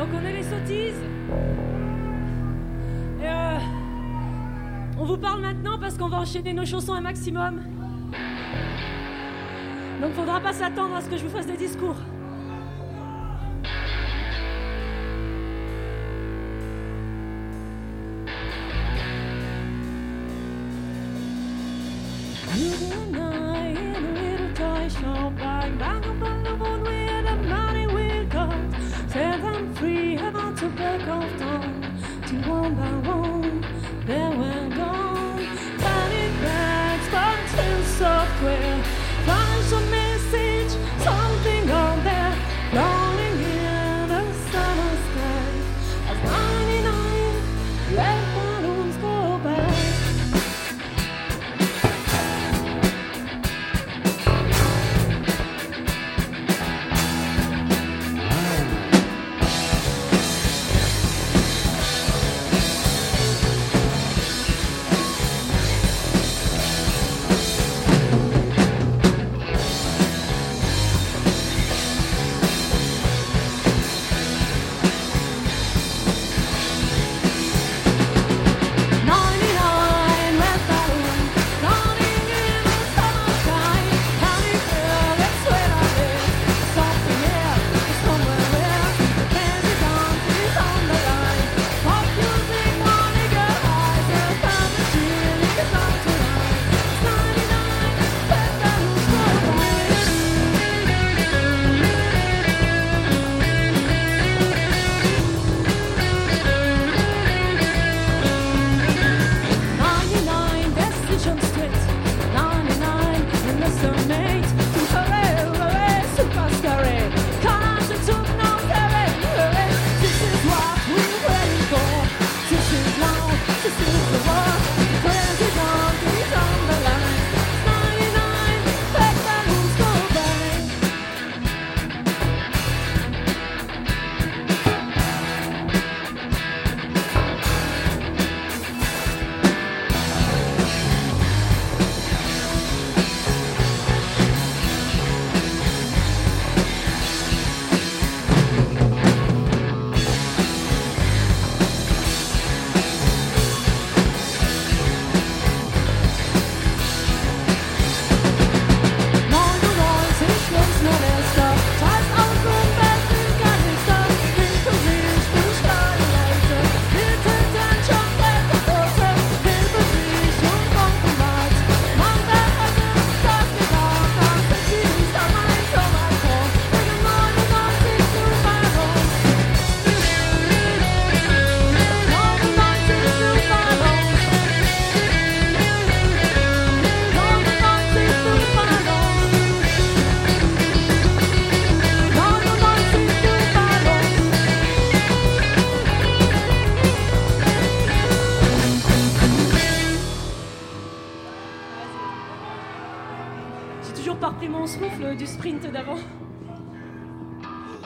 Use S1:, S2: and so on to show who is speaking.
S1: Donc on est les sottises. Et on vous parle maintenant parce qu'on va enchaîner nos chansons un maximum. Donc faudra pas s'attendre à ce que je vous fasse des discours. J'ai toujours pas repris mon souffle du sprint d'avant.